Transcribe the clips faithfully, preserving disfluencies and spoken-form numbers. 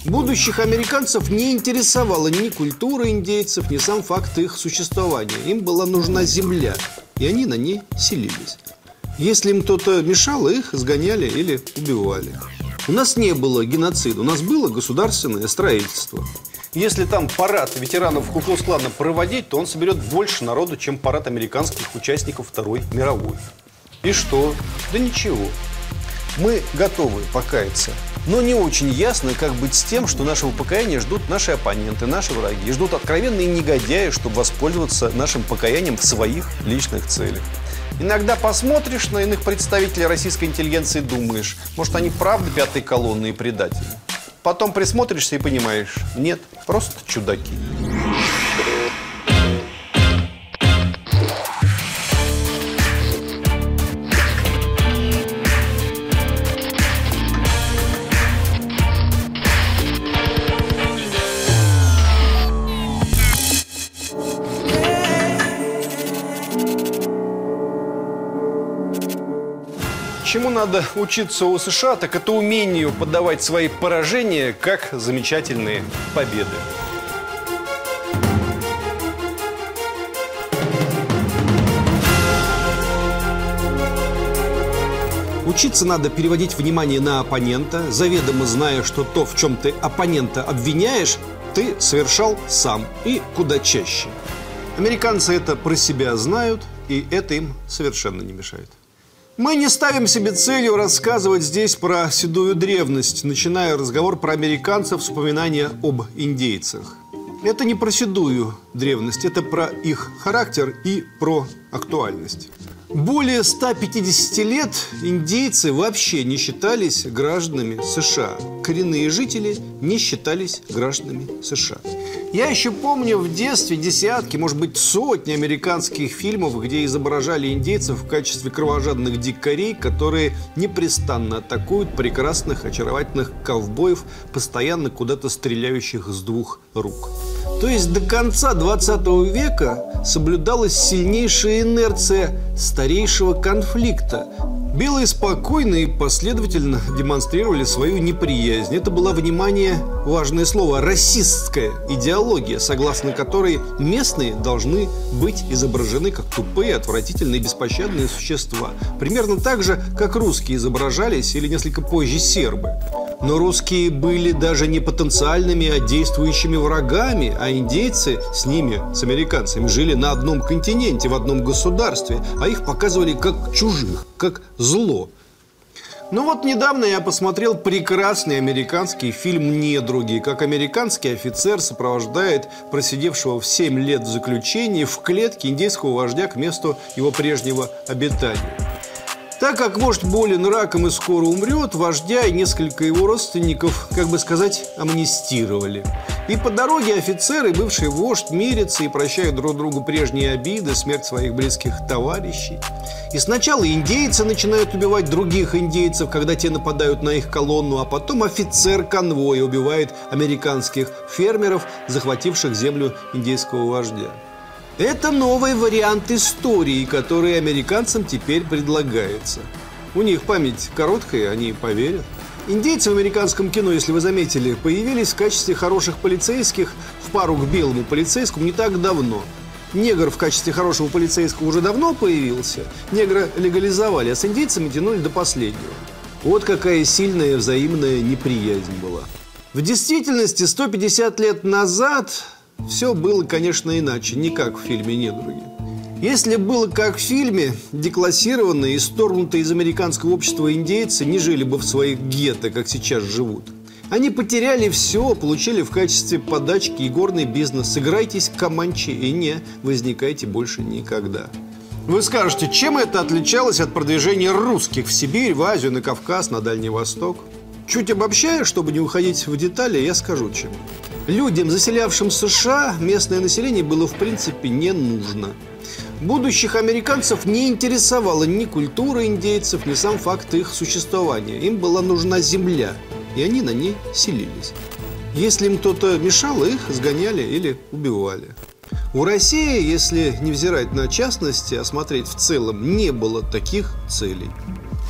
Будущих американцев не интересовала ни культура индейцев, ни сам факт их существования. Им была нужна земля, и они на ней селились. Если им кто-то мешал, их сгоняли или убивали. У нас не было геноцида, у нас было государственное строительство. Если там парад ветеранов Ку-клукс-клана проводить, то он соберет больше народу, чем парад американских участников Второй мировой. И что? Да ничего. Мы готовы покаяться. Но не очень ясно, как быть с тем, что нашего покаяния ждут наши оппоненты, наши враги. Ждут откровенные негодяи, чтобы воспользоваться нашим покаянием в своих личных целях. Иногда посмотришь на иных представителей российской интеллигенции и думаешь, может, они правда пятой колонны и предатели. Потом присмотришься и понимаешь, нет, просто чудаки. Чему надо учиться у США, так это умению подавать свои поражения как замечательные победы. Учиться надо переводить внимание на оппонента, заведомо зная, что то, в чем ты оппонента обвиняешь, ты совершал сам и куда чаще. Американцы это про себя знают, и это им совершенно не мешает. Мы не ставим себе целью рассказывать здесь про седую древность, начиная разговор про американцев с упоминания об индейцах. Это не про седую древность, это про их характер и про актуальность. Более ста пятидесяти лет индейцы вообще не считались гражданами США. Коренные жители не считались гражданами США. Я еще помню в детстве десятки, может быть, сотни американских фильмов, где изображали индейцев в качестве кровожадных дикарей, которые непрестанно атакуют прекрасных, очаровательных ковбоев, постоянно куда-то стреляющих с двух рук. То есть до конца двадцатого века соблюдалась сильнейшая инерция старейшего конфликта. Белые спокойно и последовательно демонстрировали свою неприязнь. Это была, внимание, важное слово, расистская идеология, согласно которой местные должны быть изображены как тупые, отвратительные, беспощадные существа. Примерно так же, как русские изображались, или несколько позже сербы. Но русские были даже не потенциальными, а действующими врагами, а индейцы с ними, с американцами, жили на одном континенте, в одном государстве, а их показывали как чужих, как зло. Ну вот недавно я посмотрел прекрасный американский фильм «Недруги», как американский офицер сопровождает просидевшего в семь лет в заключении в клетке индейского вождя к месту его прежнего обитания. Так как вождь болен раком и скоро умрет, вождя и несколько его родственников, как бы сказать, амнистировали. И по дороге офицер и бывший вождь мирятся и прощают друг другу прежние обиды, смерть своих близких товарищей. И сначала индейцы начинают убивать других индейцев, когда те нападают на их колонну, а потом офицер конвоя убивает американских фермеров, захвативших землю индейского вождя. Это новый вариант истории, который американцам теперь предлагается. У них память короткая, они поверят. Индейцы в американском кино, если вы заметили, появились в качестве хороших полицейских в пару к белому полицейскому не так давно. Негр в качестве хорошего полицейского уже давно появился. Негра легализовали, а с индейцами тянули до последнего. Вот какая сильная взаимная неприязнь была. В действительности, сто пятьдесят лет назад все было, конечно, иначе, не как в фильме «Недруги». Если было как в фильме, деклассированные и сторгнутые из американского общества индейцы не жили бы в своих гетто, как сейчас живут. Они потеряли все, получили в качестве подачки игорный бизнес. Сыграйтесь команчи и не возникайте больше никогда. Вы скажете, чем это отличалось от продвижения русских в Сибирь, в Азию, на Кавказ, на Дальний Восток? Чуть обобщая, чтобы не уходить в детали, я скажу чем. Людям, заселявшим США, местное население было в принципе не нужно. Будущих американцев не интересовала ни культура индейцев, ни сам факт их существования. Им была нужна земля, и они на ней селились. Если им кто-то мешал, их сгоняли или убивали. У России, если не взирать на частности, а смотреть в целом, не было таких целей.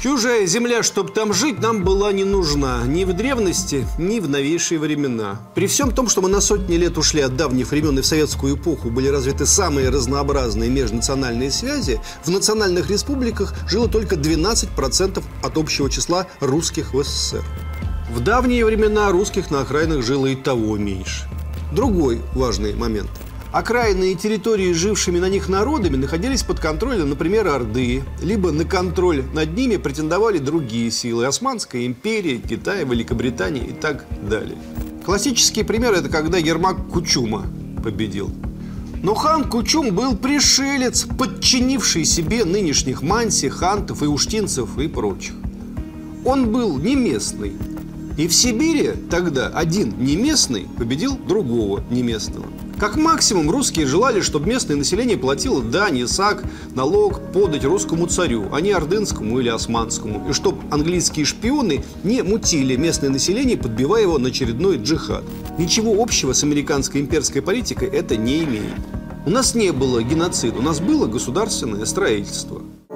Чужая земля, чтобы там жить, нам была не нужна ни в древности, ни в новейшие времена. При всем том, что мы на сотни лет ушли от давних времен и в советскую эпоху были развиты самые разнообразные межнациональные связи, в национальных республиках жило только двенадцать процентов от общего числа русских в СССР. В давние времена русских на окраинах жило и того меньше. Другой важный момент. Окраинные территории, жившими на них народами, находились под контролем, например, Орды, либо на контроль над ними претендовали другие силы – Османская империя, Китай, Великобритания и так далее. Классический пример – это когда Ермак Кучума победил. Но хан Кучум был пришелец, подчинивший себе нынешних манси, хантов и уштинцев и прочих. Он был не местный. И в Сибири тогда один неместный победил другого неместного. Как максимум русские желали, чтобы местное население платило дань, исак, налог, подать русскому царю, а не ордынскому или османскому. И чтобы английские шпионы не мутили местное население, подбивая его на очередной джихад. Ничего общего с американской имперской политикой это не имеет. У нас не было геноцида, у нас было государственное строительство.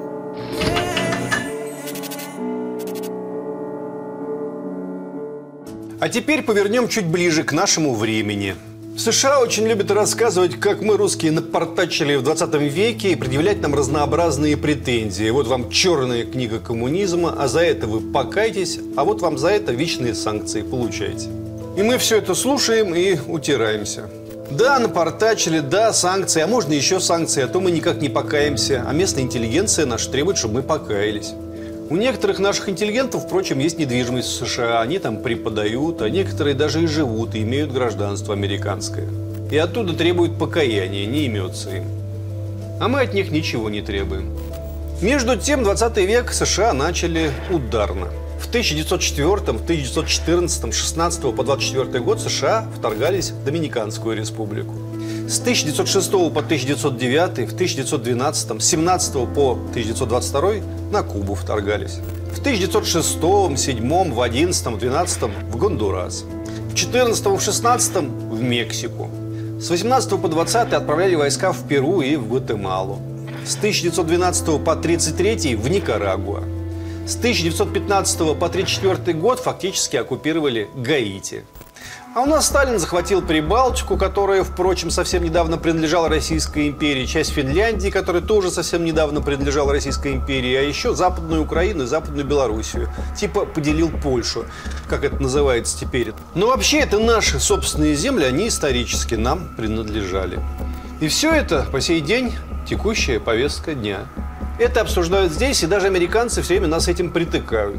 А теперь повернем чуть ближе к нашему времени. США очень любят рассказывать, как мы, русские, напортачили в двадцатом веке и предъявлять нам разнообразные претензии. Вот вам черная книга коммунизма, а за это вы покайтесь, а вот вам за это вечные санкции получаете. И мы все это слушаем и утираемся. Да, напортачили, да, санкции, а можно еще санкции, а то мы никак не покаемся. А местная интеллигенция наша требует, чтобы мы покаялись. У некоторых наших интеллигентов, впрочем, есть недвижимость в США, они там преподают, а некоторые даже и живут, и имеют гражданство американское. И оттуда требуют покаяния, не имется им. А мы от них ничего не требуем. Между тем, двадцатый век США начали ударно. В тысяча девятьсот четвёртом, в тысяча девятьсот четырнадцатом, с шестнадцатого по двадцать четвёртый год США вторгались в Доминиканскую республику. С тысяча девятьсот шестого по тысяча девятьсот девятый, в тысяча девятьсот двенадцатом, с семнадцатого по тысяча девятьсот двадцать второй на Кубу вторгались. В тысяча девятьсот шестом, седьмом, в одиннадцатом, в двенадцатом в Гондурас. В четырнадцатом, в шестнадцатом в Мексику. С восемнадцатого по двадцатый отправляли войска в Перу и в Гватемалу. С тысяча девятьсот двенадцатого по тридцать третий в Никарагуа. С тысяча девятьсот пятнадцатого по тридцать четвёртый год фактически оккупировали Гаити. А у нас Сталин захватил Прибалтику, которая, впрочем, совсем недавно принадлежала Российской империи, часть Финляндии, которая тоже совсем недавно принадлежала Российской империи, а еще Западную Украину и Западную Белоруссию. Типа поделил Польшу, как это называется теперь. Но вообще это наши собственные земли, они исторически нам принадлежали. И все это по сей день текущая повестка дня. Это обсуждают здесь, и даже американцы все время нас этим притыкают.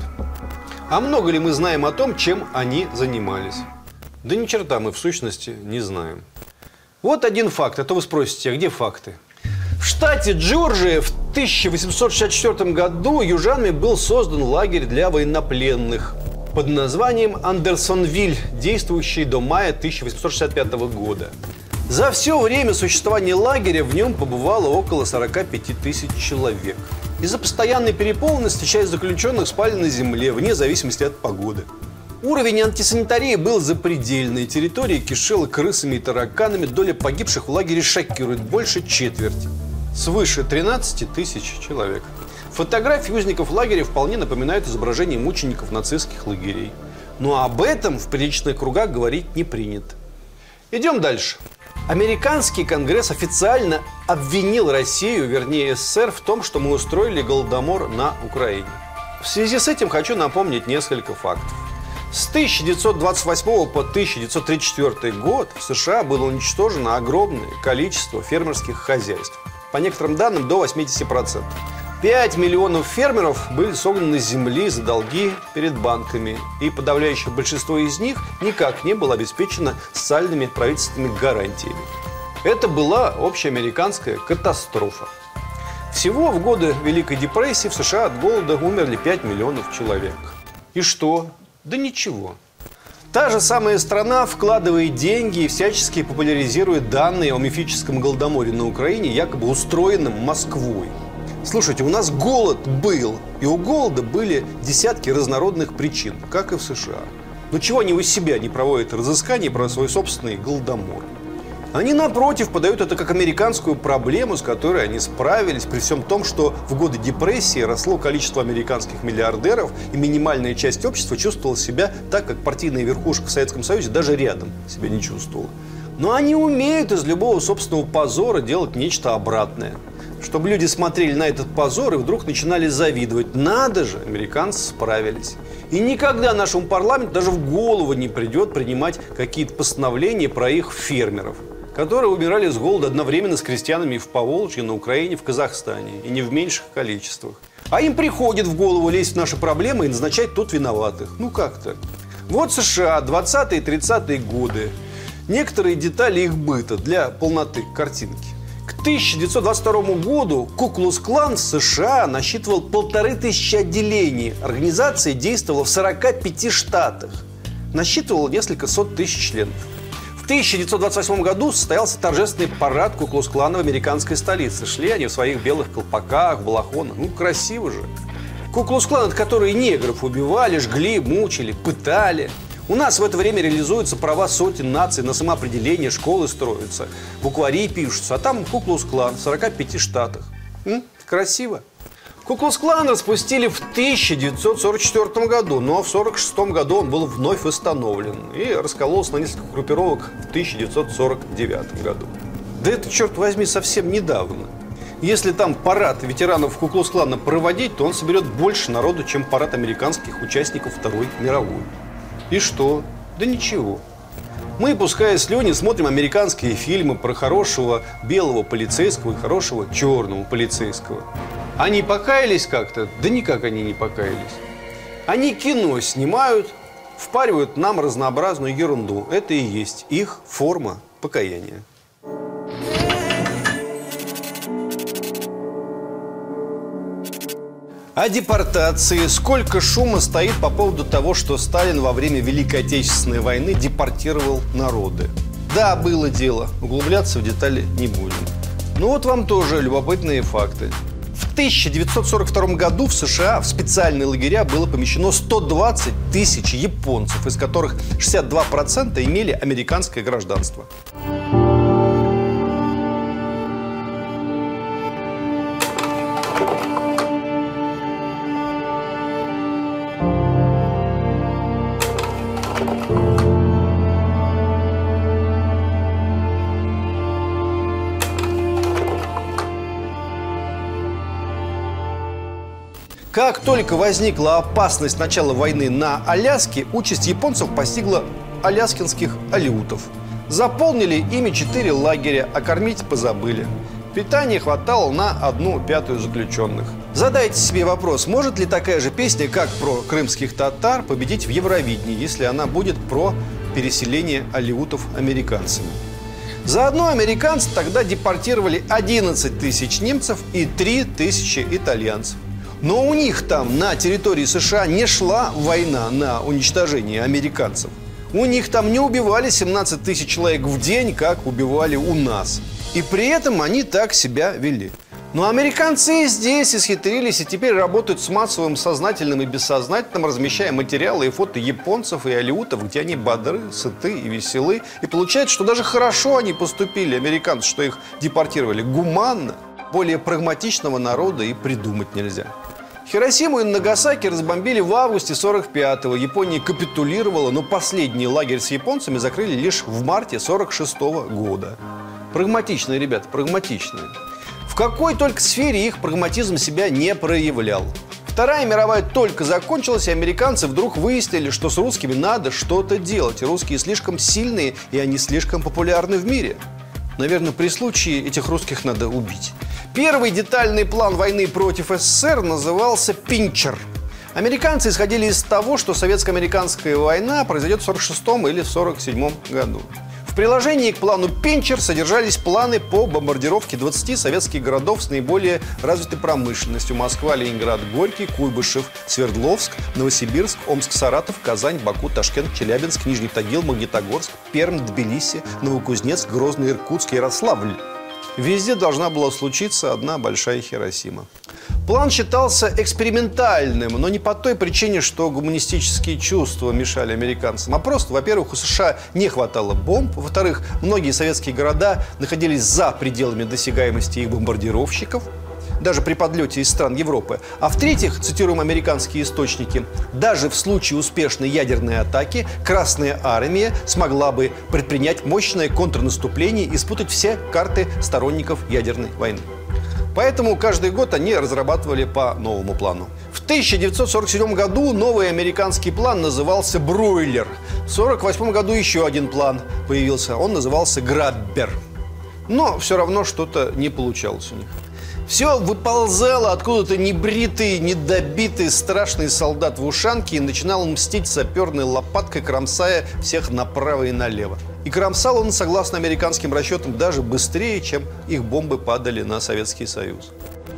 А много ли мы знаем о том, чем они занимались? Да ни черта мы в сущности не знаем. Вот один факт, а то вы спросите, а где факты? В штате Джорджия в тысяча восемьсот шестьдесят четвёртом году южанами был создан лагерь для военнопленных под названием Андерсонвиль, действующий до мая тысяча восемьсот шестьдесят пятого года. За все время существования лагеря в нем побывало около сорока пяти тысяч человек. Из-за постоянной переполненности часть заключенных спали на земле, вне зависимости от погоды. Уровень антисанитарии был запредельный, территория кишела крысами и тараканами, доля погибших в лагере шокирует больше четверти. Свыше тринадцати тысяч человек. Фотографии узников лагеря вполне напоминают изображения мучеников нацистских лагерей. Но об этом в приличных кругах говорить не принято. Идем дальше. Американский конгресс официально обвинил Россию, вернее СССР, в том, что мы устроили голодомор на Украине. В связи с этим хочу напомнить несколько фактов. С тысяча девятьсот двадцать восьмого по тысяча девятьсот тридцать четвёртый год в США было уничтожено огромное количество фермерских хозяйств. По некоторым данным, до восьмидесяти процентов. пять миллионов фермеров были согнаны с земли за долги перед банками. И подавляющее большинство из них никак не было обеспечено социальными правительственными гарантиями. Это была общеамериканская катастрофа. Всего в годы Великой депрессии в США от голода умерли пять миллионов человек. И что? Да ничего. Та же самая страна вкладывает деньги и всячески популяризирует данные о мифическом голодоморе на Украине, якобы устроенном Москвой. Слушайте, у нас голод был, и у голода были десятки разнородных причин, как и в США. Но чего они у себя не проводят разысканий про свой собственный голодомор? Они, напротив, подают это как американскую проблему, с которой они справились, при всем том, что в годы депрессии росло количество американских миллиардеров, и минимальная часть общества чувствовала себя так, как партийная верхушка в Советском Союзе даже рядом себя не чувствовала. Но они умеют из любого собственного позора делать нечто обратное. Чтобы люди смотрели на этот позор и вдруг начинали завидовать. Надо же, американцы справились. И никогда нашему парламенту даже в голову не придет принимать какие-то постановления про их фермеров, которые умирали с голода одновременно с крестьянами в Поволжье, на Украине, в Казахстане. И не в меньших количествах. А им приходит в голову лезть в наши проблемы и назначать тут виноватых. Ну как так? Вот США, двадцатые и тридцатые годы. Некоторые детали их быта для полноты картинки. К тысяча девятьсот двадцать второму году Ку-клукс-клан в США насчитывал полторы тысячи отделений. Организация действовала в сорока пяти штатах. Насчитывала несколько сот тысяч членов. В тысяча девятьсот двадцать восьмом году состоялся торжественный парад Ку-клукс-клана в американской столице. Шли они в своих белых колпаках, балахонах. Ну, красиво же. Ку-клукс-клан, которые негров убивали, жгли, мучили, пытали. У нас в это время реализуются права сотен наций на самоопределение, школы строятся, буквари пишутся, а там Ку-клукс-клан в сорока пяти штатах. М? Красиво. Ку-клукс-клан распустили в тысяча девятьсот сорок четвёртом году, но в сорок шестом году он был вновь восстановлен и раскололся на несколько группировок в тысяча девятьсот сорок девятом году. Да это, черт возьми, совсем недавно. Если там парад ветеранов Ку-клукс-клана проводить, то он соберет больше народу, чем парад американских участников Второй мировой. И что? Да ничего. Мы, пуская слюни, смотрим американские фильмы про хорошего белого полицейского и хорошего черного полицейского. Они покаялись как-то? Да никак они не покаялись. Они кино снимают, впаривают нам разнообразную ерунду. Это и есть их форма покаяния. О депортации. Сколько шума стоит по поводу того, что Сталин во время Великой Отечественной войны депортировал народы. Да, было дело. Углубляться в детали не будем. Ну вот вам тоже любопытные факты. В тысяча девятьсот сорок втором году в США в специальные лагеря было помещено сто двадцать тысяч японцев, из которых шестьдесят два процента имели американское гражданство. Как только возникла опасность начала войны на Аляске, участь японцев постигла аляскинских алеутов. Заполнили ими четыре лагеря, а кормить позабыли. Питания хватало на одну пятую заключенных. Задайте себе вопрос, может ли такая же песня, как про крымских татар, победить в Евровидении, если она будет про переселение алеутов американцами? Заодно американцы тогда депортировали одиннадцать тысяч немцев и три тысячи итальянцев. Но у них там на территории США не шла война на уничтожение американцев. У них там не убивали семнадцать тысяч человек в день, как убивали у нас. И при этом они так себя вели. Но американцы и здесь исхитрились и теперь работают с массовым сознательным и бессознательным, размещая материалы и фото японцев и алеутов, где они бодры, сыты и веселы. И получается, что даже хорошо они поступили, американцы, что их депортировали гуманно. Более прагматичного народа и придумать нельзя. Хиросиму и Нагасаки разбомбили в августе сорок пятого. Япония капитулировала, но последний лагерь с японцами закрыли лишь в марте сорок шестого года. Прагматичные ребята, прагматичные. В какой только сфере их прагматизм себя не проявлял. Вторая мировая только закончилась, и американцы вдруг выяснили, что с русскими надо что-то делать. И русские слишком сильные, и они слишком популярны в мире. Наверное, при случае этих русских надо убить. Первый детальный план войны против СССР назывался «Пинчер». Американцы исходили из того, что советско-американская война произойдет в сорок шестом или в сорок седьмом году. В приложении к плану «Пинчер» содержались планы по бомбардировке двадцати советских городов с наиболее развитой промышленностью: Москва, Ленинград, Горький, Куйбышев, Свердловск, Новосибирск, Омск, Саратов, Казань, Баку, Ташкент, Челябинск, Нижний Тагил, Магнитогорск, Пермь, Тбилиси, Новокузнецк, Грозный, Иркутск, Ярославль. Везде должна была случиться одна большая Хиросима. План считался экспериментальным, но не по той причине, что гуманистические чувства мешали американцам, а просто, во-первых, у США не хватало бомб, во-вторых, многие советские города находились за пределами досягаемости их бомбардировщиков, даже при подлете из стран Европы. А в-третьих, цитируем американские источники, даже в случае успешной ядерной атаки Красная Армия смогла бы предпринять мощное контрнаступление и спутать все карты сторонников ядерной войны. Поэтому каждый год они разрабатывали по новому плану. В тысяча девятьсот сорок седьмом году новый американский план назывался «Бройлер». В сорок восьмом году еще один план появился, он назывался «Граббер». Но все равно что-то не получалось у них. Все выползало откуда-то небритый, недобитый, страшный солдат в ушанке и начинал мстить саперной лопаткой, кромсая всех направо и налево. И кромсал он, согласно американским расчетам, даже быстрее, чем их бомбы падали на Советский Союз.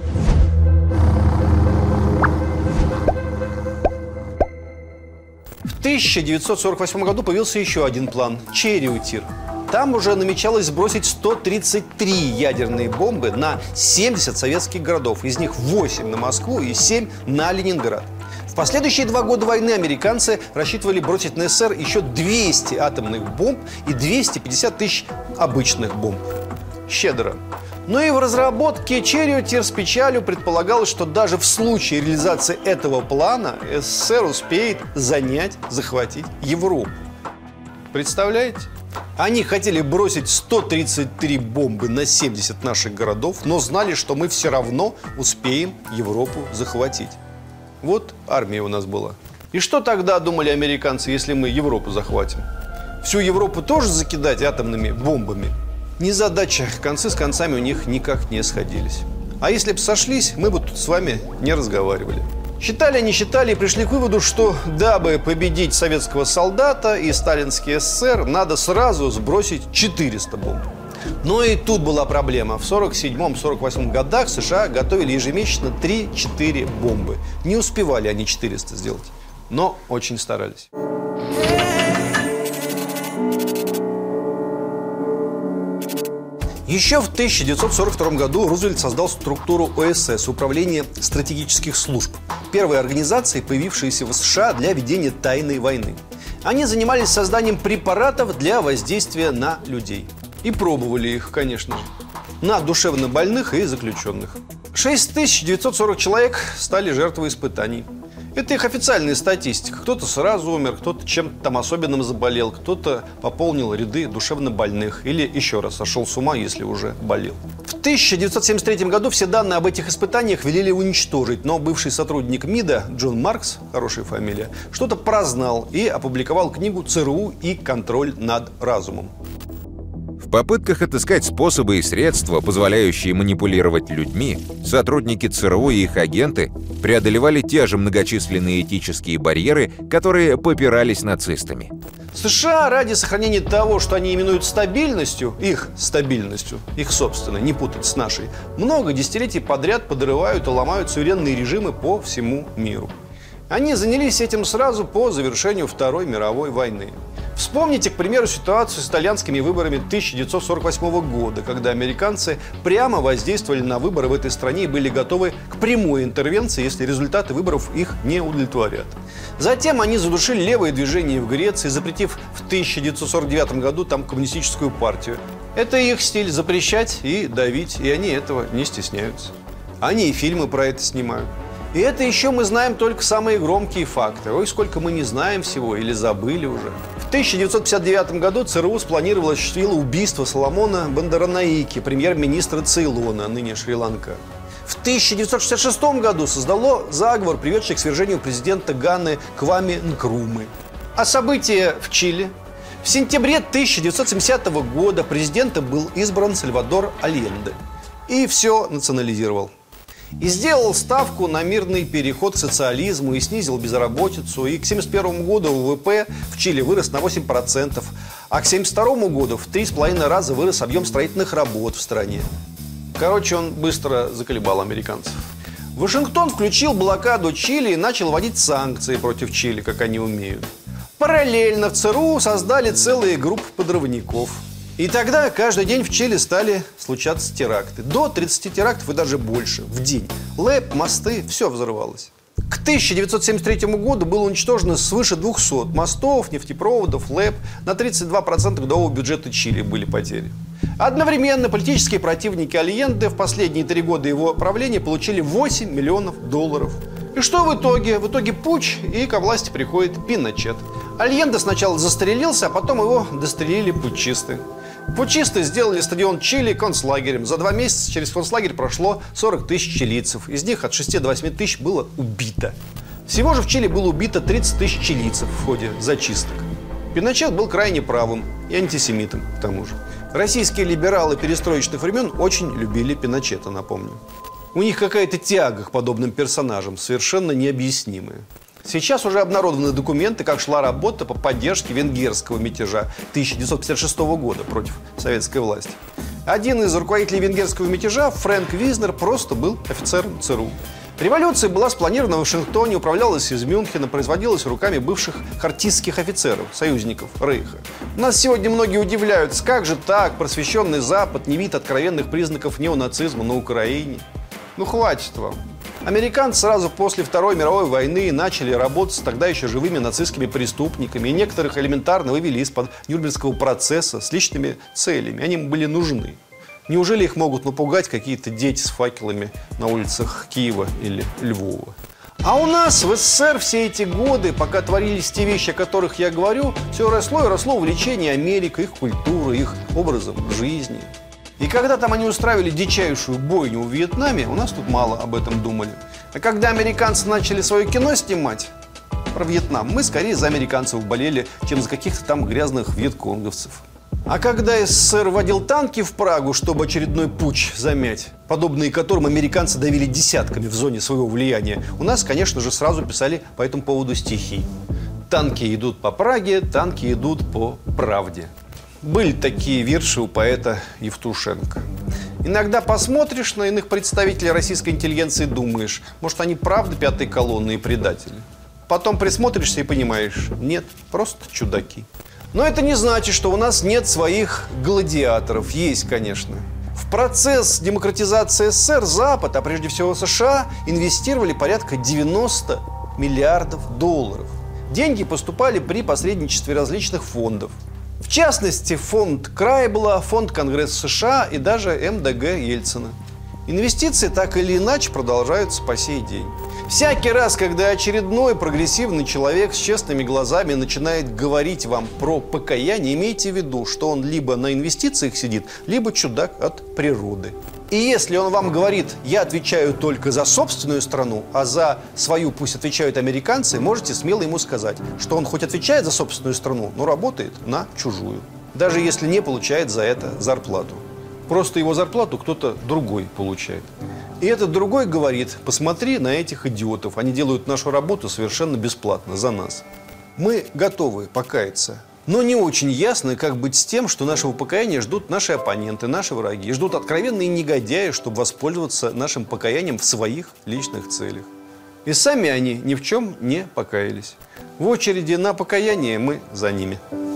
В тысяча девятьсот сорок восьмом году появился еще один план – «Черриотир». Там уже намечалось сбросить сто тридцать три ядерные бомбы на семьдесят советских городов. Из них восемь на Москву и семь на Ленинград. В последующие два года войны американцы рассчитывали бросить на СССР еще двести атомных бомб и двести пятьдесят тысяч обычных бомб. Щедро. Но и в разработке «Черриотир» с печалью предполагалось, что даже в случае реализации этого плана СССР успеет занять, захватить Европу. Представляете? Они хотели бросить сто тридцать три бомбы на семьдесят наших городов, но знали, что мы все равно успеем Европу захватить. Вот армия у нас была. И что тогда думали американцы, если мы Европу захватим? Всю Европу тоже закидать атомными бомбами? Незадача, концы с концами у них никак не сходились. А если бы сошлись, мы бы тут с вами не разговаривали. Считали они, считали и пришли к выводу, что дабы победить советского солдата и сталинский СССР, надо сразу сбросить четыреста бомб. Но и тут была проблема. В сорок седьмом — сорок восьмом годах США готовили ежемесячно три-четыре бомбы. Не успевали они четыреста сделать, но очень старались. Еще в тысяча девятьсот сорок втором году Рузвельт создал структуру О Эс Эс – Управление стратегических служб, первой организации, появившейся в США для ведения тайной войны. Они занимались созданием препаратов для воздействия на людей. И пробовали их, конечно же, на душевнобольных и заключенных. шесть тысяч девятьсот сорок человек стали жертвой испытаний. Это их официальная статистика. Кто-то сразу умер, кто-то чем-то там особенным заболел, кто-то пополнил ряды душевнобольных или еще раз сошел с ума, если уже болел. В тысяча девятьсот семьдесят третьем году все данные об этих испытаниях велели уничтожить, но бывший сотрудник МИДа Джон Маркс, хорошая фамилия, что-то прознал и опубликовал книгу «ЦРУ и контроль над разумом». В попытках отыскать способы и средства, позволяющие манипулировать людьми, сотрудники ЦРУ и их агенты преодолевали те же многочисленные этические барьеры, которые попирались нацистами. США ради сохранения того, что они именуют стабильностью, их стабильностью, их собственной, не путать с нашей, много десятилетий подряд подрывают и ломают суверенные режимы по всему миру. Они занялись этим сразу по завершению Второй мировой войны. Вспомните, к примеру, ситуацию с итальянскими выборами тысяча девятьсот сорок восьмого года, когда американцы прямо воздействовали на выборы в этой стране и были готовы к прямой интервенции, если результаты выборов их не удовлетворят. Затем они задушили левое движение в Греции, запретив в тысяча девятьсот сорок девятом году там коммунистическую партию. Это их стиль — запрещать и давить, и они этого не стесняются. Они и фильмы про это снимают. И это еще мы знаем только самые громкие факты. Ой, сколько мы не знаем всего или забыли уже. В тысяча девятьсот пятьдесят девятом году ЦРУ спланировало и осуществило убийство Соломона Бандаранаики, премьер-министра Цейлона, ныне Шри-Ланка. В тысяча девятьсот шестьдесят шестом году создало заговор, приведший к свержению президента Ганы Кваме Нкрумы. А события в Чили. В сентябре тысяча девятьсот семидесятого года президентом был избран Сальвадор Альенде. И все национализировал. И сделал ставку на мирный переход к социализму, и снизил безработицу. И к семьдесят первому году вэ вэ пэ в Чили вырос на восемь процентов, а к семьдесят второму году в три с половиной раза вырос объем строительных работ в стране. Короче, он быстро заколебал американцев. Вашингтон включил блокаду Чили и начал вводить санкции против Чили, как они умеют. Параллельно в ЦРУ создали целые группы подрывников. И тогда каждый день в Чили стали случаться теракты. До тридцати терактов и даже больше в день. ЛЭП, мосты, все взорвалось. К тысяча девятьсот семьдесят третьему году было уничтожено свыше двухсот мостов, нефтепроводов, ЛЭП. На тридцать два процента годового бюджета Чили были потери. Одновременно политические противники Альенде в последние три года его правления получили восемь миллионов долларов. И что в итоге? В итоге путч, и ко власти приходит Пиночет. Альенде сначала застрелился, а потом его дострелили путчисты. Путчисты сделали стадион Чили концлагерем. За два месяца через концлагерь прошло сорок тысяч чилийцев. Из них от шести до восьми тысяч было убито. Всего же в Чили было убито тридцать тысяч чилийцев в ходе зачисток. Пиночет был крайне правым и антисемитом, к тому же. Российские либералы перестроечных времен очень любили Пиночета, напомню. У них какая-то тяга к подобным персонажам, совершенно необъяснимая. Сейчас уже обнародованы документы, как шла работа по поддержке венгерского мятежа тысяча девятьсот пятьдесят шестого года против советской власти. Один из руководителей венгерского мятежа, Фрэнк Визнер, просто был офицером ЦРУ. Революция была спланирована в Вашингтоне, управлялась из Мюнхена, производилась руками бывших хартистских офицеров, союзников Рейха. Нас сегодня многие удивляются, как же так, просвещенный Запад не видит откровенных признаков неонацизма на Украине. Ну хватит вам. Американцы сразу после Второй мировой войны начали работать с тогда еще живыми нацистскими преступниками, и некоторых элементарно вывели из-под Нюрнбергского процесса с личными целями. Они им были нужны. Неужели их могут напугать какие-то дети с факелами на улицах Киева или Львова? А у нас в СССР все эти годы, пока творились те вещи, о которых я говорю, все росло и росло увлечение Америкой, их культурой, их образом жизни. И когда там они устраивали дичайшую бойню в Вьетнаме, у нас тут мало об этом думали. А когда американцы начали свое кино снимать про Вьетнам, мы скорее за американцев болели, чем за каких-то там грязных вьетконговцев. А когда СССР вводил танки в Прагу, чтобы очередной путч замять, подобные которым американцы давили десятками в зоне своего влияния, у нас, конечно же, сразу писали по этому поводу стихи. Танки идут по Праге, танки идут по правде. Были такие вирши у поэта Евтушенко. Иногда посмотришь на иных представителей российской интеллигенции и думаешь, может, они правда пятой колонны и предатели. Потом присмотришься и понимаешь, нет, просто чудаки. Но это не значит, что у нас нет своих гладиаторов. Есть, конечно. В процесс демократизации СССР Запад, а прежде всего США, инвестировали порядка девяноста миллиардов долларов. Деньги поступали при посредничестве различных фондов. В частности, фонд Крайбла, фонд Конгресса США и даже эм дэ гэ Ельцина. Инвестиции так или иначе продолжаются по сей день. Всякий раз, когда очередной прогрессивный человек с честными глазами начинает говорить вам про покаяние, имейте в виду, что он либо на инвестициях сидит, либо чудак от природы. И если он вам говорит, я отвечаю только за собственную страну, а за свою пусть отвечают американцы, можете смело ему сказать, что он хоть отвечает за собственную страну, но работает на чужую. Даже если не получает за это зарплату. Просто его зарплату кто-то другой получает. И этот другой говорит, посмотри на этих идиотов, они делают нашу работу совершенно бесплатно за нас. Мы готовы покаяться. Но не очень ясно, как быть с тем, что нашего покаяния ждут наши оппоненты, наши враги. Ждут откровенные негодяи, чтобы воспользоваться нашим покаянием в своих личных целях. И сами они ни в чем не покаялись. В очереди на покаяние мы за ними.